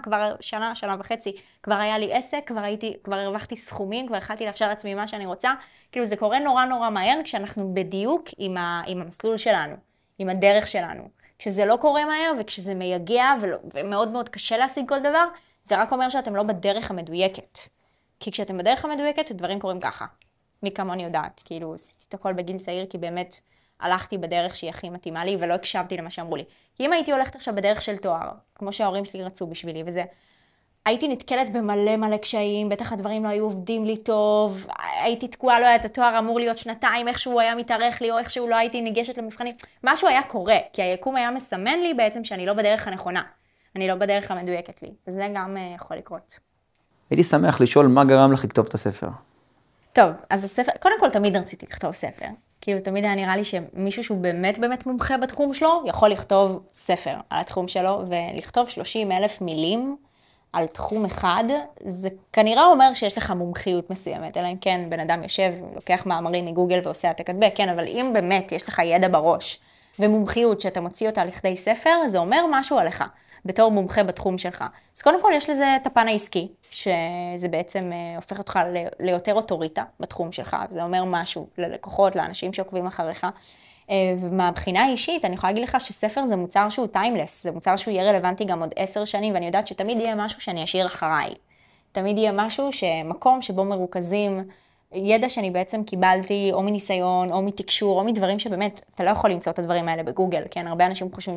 שנה וחצי, כבר היה לי עסק, כבר הרווחתי סכומים, כבר יכלתי לאפשר לעצמי מה שאני רוצה. כאילו, זה קורה נורא נורא מהר כשאנחנו בדיוק עם המסלול שלנו, עם הדרך שלנו. כשזה לא קורה מהר וכשזה מייגע ומאוד מאוד קשה להשיג כל דבר, זה רק אומר שאתם לא בדרך המדויקת. כי כשאתם בדרך המדויקת, הדברים קורים ככה. מי כמוני יודעת, כאילו, עשיתי את הכל בגיל צעיר, כי באמת הלכתי בדרך שהיא הכי מתאימה לי, ולא הקשבתי למה שאמרו לי. כי אם הייתי הולכת עכשיו בדרך של תואר, כמו שההורים שלי רצו בשבילי, וזה, הייתי נתקלת במלא קשיים, בטח הדברים לא היו עובדים לי טוב, הייתי תקועה, לא היה את התואר, אמור להיות 2, איכשהו היה מתארך לי, או איכשהו לא הייתי ניגשת למבחנים. משהו היה קורה, כי היקום היה מסמן לי בעצם שאני לא בדרך הנכונה. אני לא בדרך המדויקת לי. וזה גם יכול לקרות. הייתי שמח לשאול מה גרם לך לכתוב את הספר. טוב, אז הספר, קודם כל תמיד רציתי לכתוב ספר. כאילו תמיד היה נראה לי שמישהו שהוא באמת מומחה בתחום שלו, יכול לכתוב ספר על התחום שלו, ולכתוב 30,000 מילים על תחום אחד, זה כנראה אומר שיש לך מומחיות מסוימת, אלא אם כן בן אדם יושב, לוקח מאמרים מגוגל ועושה העתק הדבק, כן, אבל אם באמת יש לך ידע בראש, ומומחיות שאתה מוציא אותה לכדי ספר, זה אומר משהו עליך. בתור מומחה בתחום שלך. אז קודם כל יש לזה את הפן העסקי, שזה בעצם הופך אותך ליותר אוטוריטה בתחום שלך, וזה אומר משהו ללקוחות, לאנשים שעוקבים אחריך. ומהבחינה האישית, אני יכולה להגיד לך שספר זה מוצר שהוא טיימלס, זה מוצר שהוא יהיה רלוונטי גם עוד 10 שנים, ואני יודעת שתמיד יהיה משהו שאני אשאיר אחריי. תמיד יהיה משהו מקום שבו מרוכזים, ידע שאני בעצם קיבלתי או מניסיון, או מתקשור, או מדברים שבאמת, אתה לא יכול למצוא את הדברים האלה בגוגל, כן? הרבה אנשים חושבים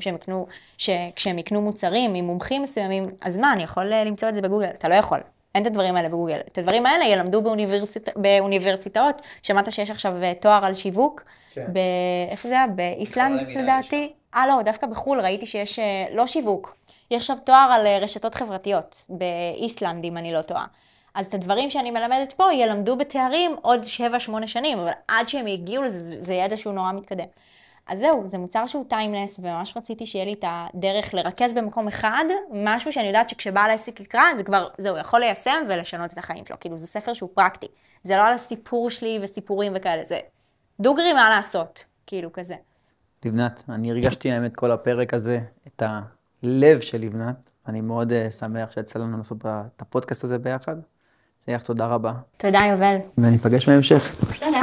שכשהם יקנו מוצרים עם מומחים מסוימים, אז מה, אני יכול למצוא את זה בגוגל? אתה לא יכול. אין את הדברים האלה בגוגל. את הדברים האלה ילמדו באוניברסיטאות. שמעת שיש עכשיו תואר על שיווק? כן. איפה זה היה? באיסלנד, לדעתי. לא, דווקא בחול ראיתי שיש לא שיווק. יש עכשיו תואר על רשתות חברתיות, באיסלנד, אם אני לא טועה. אז את הדברים שאני מלמדת פה ילמדו בתארים עוד 7-8 שנים, אבל עד שהם יגיעו לזה, זה ידע שהוא נורא מתקדם. אז זהו, זה מוצר שהוא טיימלס, וממש רציתי שיהיה לי את הדרך לרכז במקום אחד, משהו שאני יודעת שכשבעל העסק יקרא, זה כבר, זהו, יכול ליישם ולשנות את החיים שלו. כאילו, זה ספר שהוא פרקטי. זה לא על הסיפור שלי וסיפורים וכאלה, זה דוגרי מה לעשות, כאילו כזה. לבנת, אני הרגשתי האמת כל הפרק הזה, את הלב של לבנת. אני מאוד שמח שיצא לנו לעשות את הפודקאסט הזה ביחד. תודה רבה. תודה, יובל. וניפגש בהמשך.